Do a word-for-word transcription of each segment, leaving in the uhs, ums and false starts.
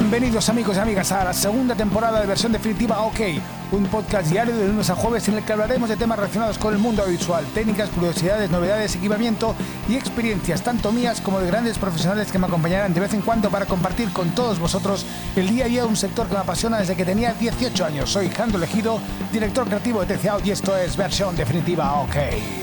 Bienvenidos amigos y amigas a la segunda temporada de Versión Definitiva OK, un podcast diario de lunes a jueves en el que hablaremos de temas relacionados con el mundo audiovisual, técnicas, curiosidades, novedades, equipamiento y experiencias tanto mías como de grandes profesionales que me acompañarán de vez en cuando para compartir con todos vosotros el día a día de un sector que me apasiona desde que tenía dieciocho años. Soy Jando Elegido, director creativo de T C A y esto es Versión Definitiva OK.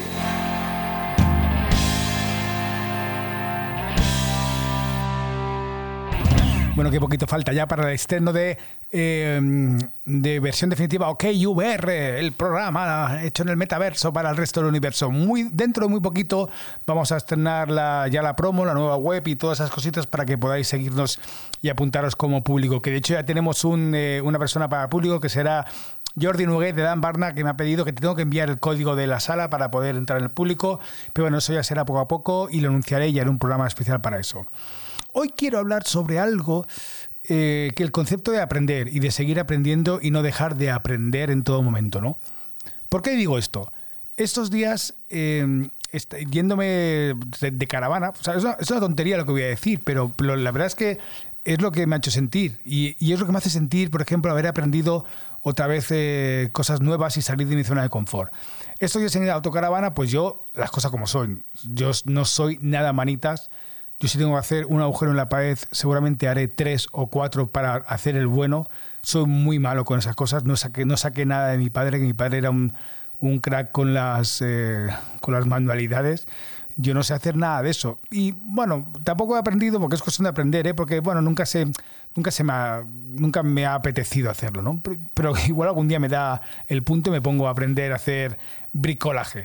Bueno, qué poquito falta ya para el estreno de, eh, de Versión Definitiva OK V R, el programa hecho en el metaverso para el resto del universo. Muy, dentro de muy poquito vamos a estrenar la, ya la promo, la nueva web y todas esas cositas para que podáis seguirnos y apuntaros como público. Que de hecho ya tenemos un, eh, una persona para público que será Jordi Nuguet de Dan Barna, que me ha pedido que te tengo que enviar el código de la sala para poder entrar en el público. Pero bueno, eso ya será poco a poco y lo anunciaré ya en un programa especial para eso. Hoy quiero hablar sobre algo eh, que el concepto de aprender y de seguir aprendiendo y no dejar de aprender en todo momento, ¿no? ¿Por qué digo esto? Estos días, eh, est- yéndome de, de caravana, o sea, es, una, es una tontería lo que voy a decir, pero, pero la verdad es que es lo que me ha hecho sentir y, y es lo que me hace sentir, por ejemplo, haber aprendido otra vez eh, cosas nuevas y salir de mi zona de confort. Estos días en la autocaravana, pues yo, las cosas como son, yo no soy nada manitas. Yo si tengo que hacer un agujero en la pared, seguramente haré tres o cuatro para hacer el bueno. Soy muy malo con esas cosas. No saqué, no saqué nada de mi padre, que mi padre era un, un crack con las, eh, con las manualidades. Yo no sé hacer nada de eso. Y bueno, tampoco he aprendido, porque es cuestión de aprender, ¿eh? Porque bueno, nunca, se, nunca, se me ha, nunca me ha apetecido hacerlo, ¿no? Pero, pero igual algún día me da el punto y me pongo a aprender a hacer bricolaje.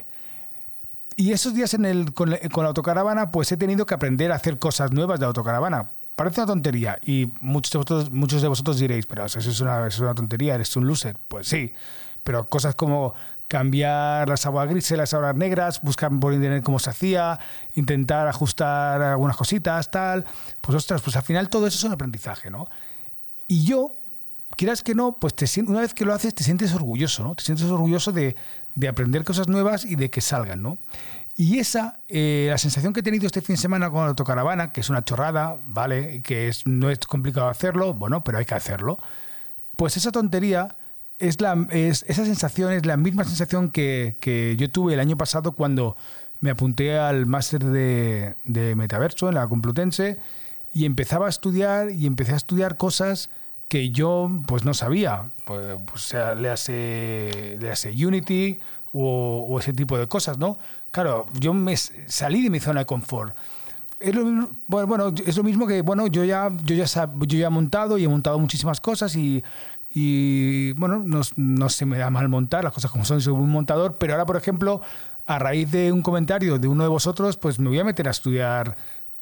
Y esos días en el, con, la, con la autocaravana, pues he tenido que aprender a hacer cosas nuevas de autocaravana. Parece una tontería y muchos de vosotros, muchos de vosotros diréis, pero eso es, una, eso es una tontería, eres un loser. Pues sí, pero cosas como cambiar las aguas grises, las aguas negras, buscar por internet cómo se hacía, intentar ajustar algunas cositas, tal. Pues ostras, pues al final todo eso es un aprendizaje, ¿no? Y yo, quieras que no, pues te, una vez que lo haces te sientes orgulloso, ¿no? Te sientes orgulloso de, de aprender cosas nuevas y de que salgan, ¿no? Y esa, eh, la sensación que he tenido este fin de semana con la autocaravana, que es una chorrada, ¿vale? Que es, no es complicado hacerlo, bueno, pero hay que hacerlo. Pues esa tontería, es la, es, esa sensación es la misma sensación que, que yo tuve el año pasado cuando me apunté al máster de, de Metaverso en la Complutense y empezaba a estudiar y empecé a estudiar cosas que yo pues no sabía, pues, pues sea, le hace, le hace Unity o, o ese tipo de cosas, ¿no? Claro, yo me salí de mi zona de confort. Es lo, bueno, bueno, es lo mismo que, bueno, yo ya, yo ya, sab, yo ya he montado y he montado muchísimas cosas y, y bueno, no, no se me da mal montar, las cosas como son, soy un montador, pero ahora, por ejemplo, a raíz de un comentario de uno de vosotros, pues me voy a meter a estudiar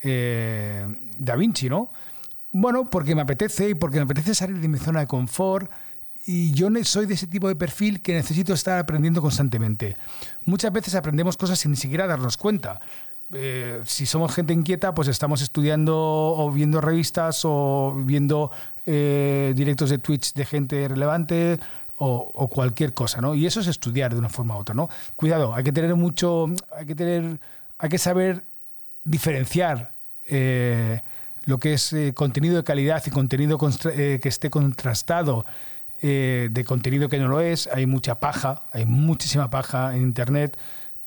eh, Da Vinci, ¿no? Bueno, porque me apetece y porque me apetece salir de mi zona de confort y yo soy de ese tipo de perfil que necesito estar aprendiendo constantemente. Muchas veces aprendemos cosas sin ni siquiera darnos cuenta. Eh, si somos gente inquieta, pues estamos estudiando o viendo revistas o viendo eh, directos de Twitch de gente relevante o, o cualquier cosa, ¿no? Y eso es estudiar de una forma u otra, ¿no? Cuidado, hay que tener mucho, hay que tener, hay que saber diferenciar eh, lo que es eh, contenido de calidad y contenido constra- eh, que esté contrastado eh, de contenido que no lo es. Hay mucha paja, hay muchísima paja en internet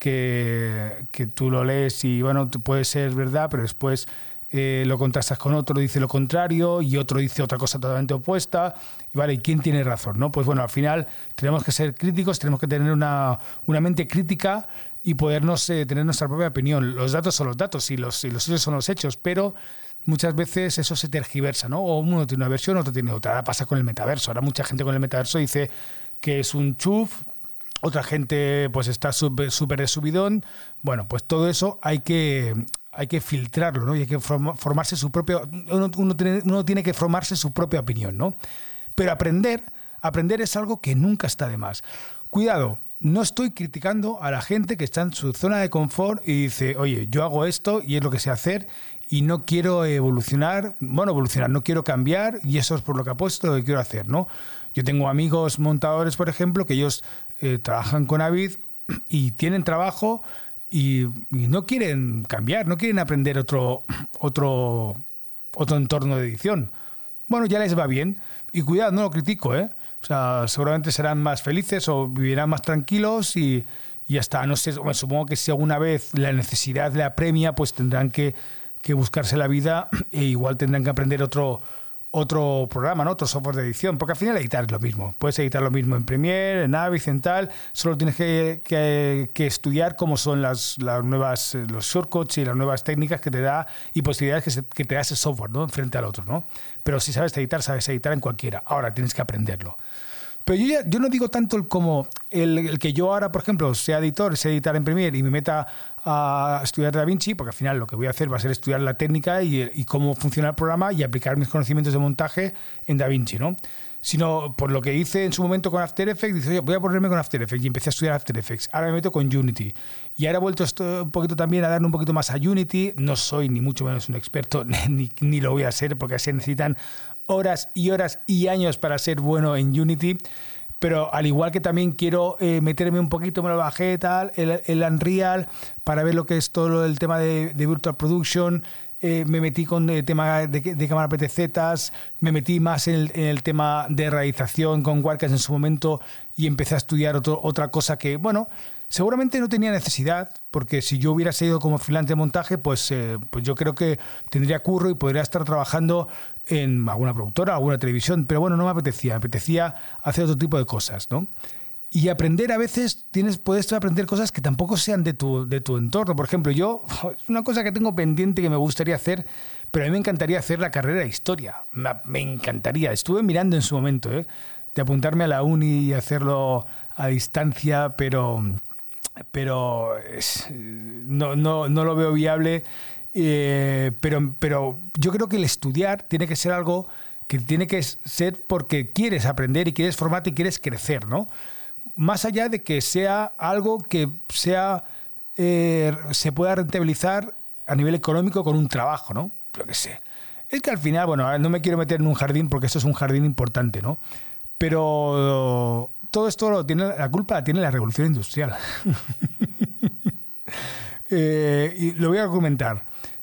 que, que tú lo lees y bueno, puede ser verdad, pero después eh, lo contrastas con otro, dice lo contrario y otro dice otra cosa totalmente opuesta y vale, ¿y quién tiene razón, no? Pues bueno, al final tenemos que ser críticos, tenemos que tener una, una mente crítica y podernos eh, tener nuestra propia opinión. Los datos son los datos y los, y los hechos son los hechos, pero muchas veces eso se tergiversa, ¿no? O uno tiene una versión, otro tiene otra. Ahora pasa con el metaverso. Ahora mucha gente con el metaverso dice que es un chuf, otra gente pues está súper super de subidón. Bueno, pues todo eso hay que, hay que filtrarlo, ¿no? Y hay que formarse su propio... Uno, uno, tiene, uno tiene que formarse su propia opinión, ¿no? Pero aprender, aprender es algo que nunca está de más. Cuidado, no estoy criticando a la gente que está en su zona de confort y dice, oye, yo hago esto y es lo que sé hacer y no quiero evolucionar, bueno, evolucionar, no quiero cambiar y eso es por lo que apuesto, lo que quiero hacer, ¿no? Yo tengo amigos montadores, por ejemplo, que ellos eh, trabajan con Avid y tienen trabajo y, y no quieren cambiar, no quieren aprender otro, otro, otro entorno de edición. bueno, ya les va bien. Y cuidado, no lo critico, ¿eh? O sea, seguramente serán más felices o vivirán más tranquilos y, y ya está. No sé, bueno, supongo que si alguna vez la necesidad la apremia, pues tendrán que, que buscarse la vida e igual tendrán que aprender otro, otro programa, ¿no? Otro software de edición, porque al final editar es lo mismo. Puedes editar lo mismo en Premiere, en Avid, en tal, solo tienes que, que, que estudiar cómo son las, las nuevas, los shortcuts y las nuevas técnicas que te da y posibilidades que, se, que te da ese software, ¿no? Frente al otro, ¿no? Pero si sabes editar, sabes editar en cualquiera. Ahora tienes que aprenderlo. Pero yo, ya, yo no digo tanto el como el, el que yo ahora, por ejemplo, sea editor, sea editar en Premiere y me meta a estudiar DaVinci, porque al final lo que voy a hacer va a ser estudiar la técnica y, y cómo funciona el programa y aplicar mis conocimientos de montaje en DaVinci, ¿no? Sino por lo que hice en su momento con After Effects, dice, oye, voy a ponerme con After Effects y empecé a estudiar After Effects. Ahora me meto con Unity. Y ahora he vuelto esto, un poquito también a darle un poquito más a Unity. No soy ni mucho menos un experto, ni, ni lo voy a ser, porque se necesitan horas y horas y años para ser bueno en Unity. Pero al igual que también quiero eh, meterme un poquito, me lo bajé tal, el, el Unreal, para ver lo que es todo el tema de, de Virtual Production. Eh, me metí con el tema de, de cámara P T Z, me metí más en el, en el tema de realización con Wirecast en su momento y empecé a estudiar otro, otra cosa que, bueno, seguramente no tenía necesidad, porque si yo hubiera seguido como freelance de montaje, pues, eh, pues yo creo que tendría curro y podría estar trabajando en alguna productora, alguna televisión, pero bueno, no me apetecía, me apetecía hacer otro tipo de cosas, ¿no? Y aprender a veces, tienes, puedes aprender cosas que tampoco sean de tu, de tu entorno. Por ejemplo, yo, es una cosa que tengo pendiente que me gustaría hacer, pero a mí me encantaría hacer la carrera de historia. Me, me encantaría. Estuve mirando en su momento, ¿eh? De apuntarme a la uni y hacerlo a distancia, pero, pero es, no, no, no lo veo viable. Eh, pero, pero yo creo que el estudiar tiene que ser algo que tiene que ser porque quieres aprender y quieres formarte y quieres crecer, ¿no? Más allá de que sea algo que sea eh, se pueda rentabilizar a nivel económico con un trabajo, ¿no? Yo qué sé. Es que al final, bueno, no me quiero meter en un jardín porque esto es un jardín importante, ¿no? Pero todo esto lo tiene, la culpa la tiene la revolución industrial. eh, y lo voy a argumentar.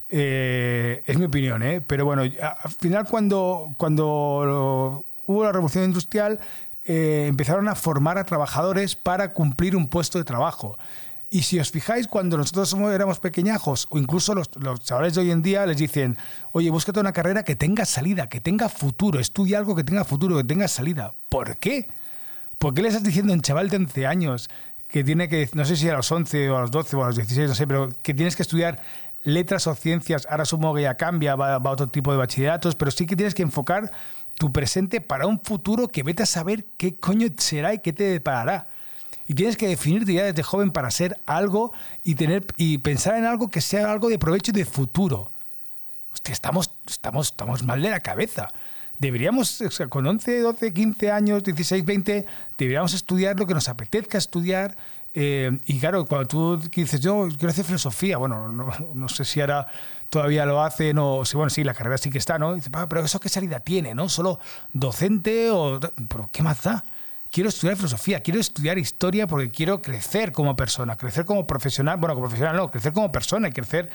Eh, es mi opinión, ¿eh? Pero bueno, al final cuando, cuando hubo la revolución industrial, Eh, empezaron a formar a trabajadores para cumplir un puesto de trabajo. Y si os fijáis, cuando nosotros somos, éramos pequeñajos, o incluso los, los chavales de hoy en día les dicen, oye, búscate una carrera que tenga salida, que tenga futuro, estudia algo que tenga futuro, que tenga salida. ¿Por qué? ¿Por qué le estás diciendo a un chaval de once años que tiene que, no sé si a los once o a los doce o a los dieciséis, no sé, pero que tienes que estudiar letras o ciencias? Ahora supongo que ya cambia, va, va a otro tipo de bachilleratos, pero sí que tienes que enfocar tu presente para un futuro que vete a saber qué coño será y qué te deparará. Y tienes que definirte ya desde joven para ser algo y tener y pensar en algo que sea algo de provecho y de futuro. Hostia, estamos, estamos, estamos mal de la cabeza. Deberíamos, o sea, con once, doce, quince años, dieciséis, veinte, deberíamos estudiar lo que nos apetezca estudiar. Eh, y claro, cuando tú dices, yo quiero hacer filosofía, bueno, no, no sé si ahora todavía lo hacen o, bueno, sí, la carrera sí que está, ¿no? Y dices, pero ¿eso qué salida tiene, no? ¿Solo docente o...? ¿Pero qué más da? Quiero estudiar filosofía, quiero estudiar historia porque quiero crecer como persona, crecer como profesional, bueno, como profesional no, crecer como persona y crecer,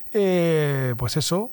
eh, pues eso,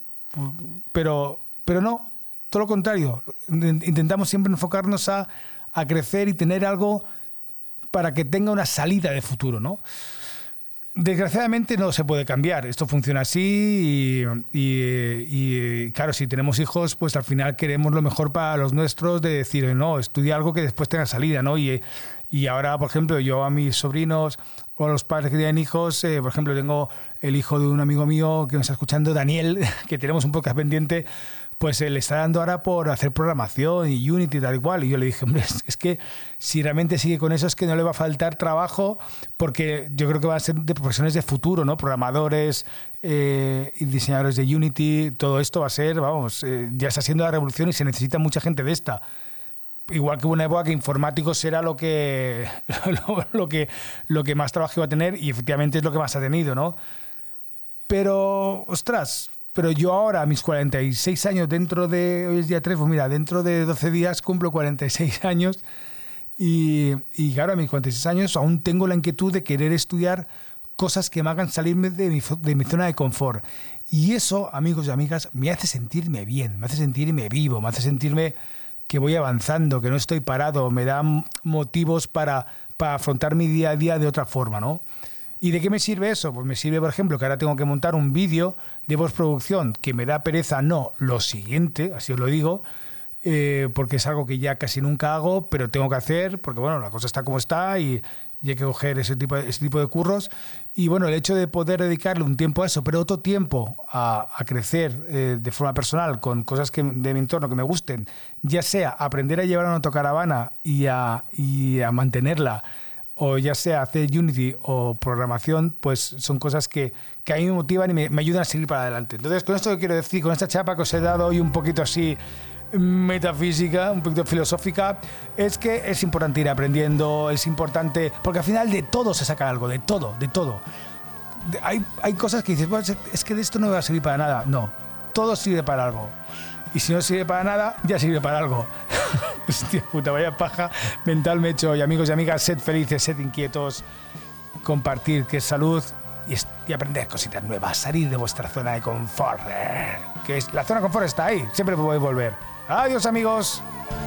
pero, pero no, todo lo contrario. Intentamos siempre enfocarnos a, a crecer y tener algo para que tenga una salida de futuro, ¿no? Desgraciadamente no se puede cambiar, esto funciona así y, y, y claro, si tenemos hijos, pues al final queremos lo mejor para los nuestros, de decir, no, estudia algo que después tenga salida, ¿no? Y, y ahora, por ejemplo, yo a mis sobrinos o a los padres que tienen hijos, eh, por ejemplo, tengo el hijo de un amigo mío que me está escuchando, Daniel, que tenemos un podcast pendiente, pues le está dando ahora por hacer programación y Unity y tal y cual. Y yo le dije, hombre, es que si realmente sigue con eso es que no le va a faltar trabajo, porque yo creo que van a ser de profesiones de futuro, ¿no? Programadores eh, y diseñadores de Unity, todo esto va a ser, vamos, eh, ya está siendo la revolución y se necesita mucha gente de esta. Igual que hubo una época que informáticos era lo que, lo, lo que, lo que más trabajo iba a tener y efectivamente es lo que más ha tenido, ¿no? Pero, ostras... Pero yo ahora, a mis cuarenta y seis años, dentro de... Hoy es día tres, pues mira, dentro de doce días cumplo cuarenta y seis años y, y claro, a mis cuarenta y seis años aún tengo la inquietud de querer estudiar cosas que me hagan salirme de mi, de mi zona de confort. Y eso, amigos y amigas, me hace sentirme bien, me hace sentirme vivo, me hace sentirme que voy avanzando, que no estoy parado, me dan motivos para, para afrontar mi día a día de otra forma, ¿no? ¿Y de qué me sirve eso? Pues me sirve, por ejemplo, que ahora tengo que montar un vídeo de postproducción que me da pereza, no, lo siguiente, así os lo digo, eh, porque es algo que ya casi nunca hago, pero tengo que hacer, porque bueno, la cosa está como está y, y hay que coger ese tipo, de, ese tipo de curros. Y bueno, el hecho de poder dedicarle un tiempo a eso, pero otro tiempo a, a crecer eh, de forma personal con cosas que, de mi entorno que me gusten, ya sea aprender a llevar una autocaravana y a, y a mantenerla, o ya sea hacer Unity o programación, pues son cosas que, que a mí me motivan y me, me ayudan a seguir para adelante. Entonces, con esto que quiero decir, con esta chapa que os he dado hoy un poquito así metafísica, un poquito filosófica, es que es importante ir aprendiendo, es importante, porque al final de todo se saca algo, de todo, de todo. De, hay, hay cosas que dices, bueno, es que de esto no me va a servir para nada. No, todo sirve para algo. Y si no sirve para nada, ya sirve para algo. Hostia puta, vaya paja mental me he hecho. Y amigos y amigas, sed felices, sed inquietos, compartir que es salud y, y aprender cositas nuevas, salir de vuestra zona de confort. Eh, que es, la zona de confort está ahí, siempre podéis volver. Adiós, amigos.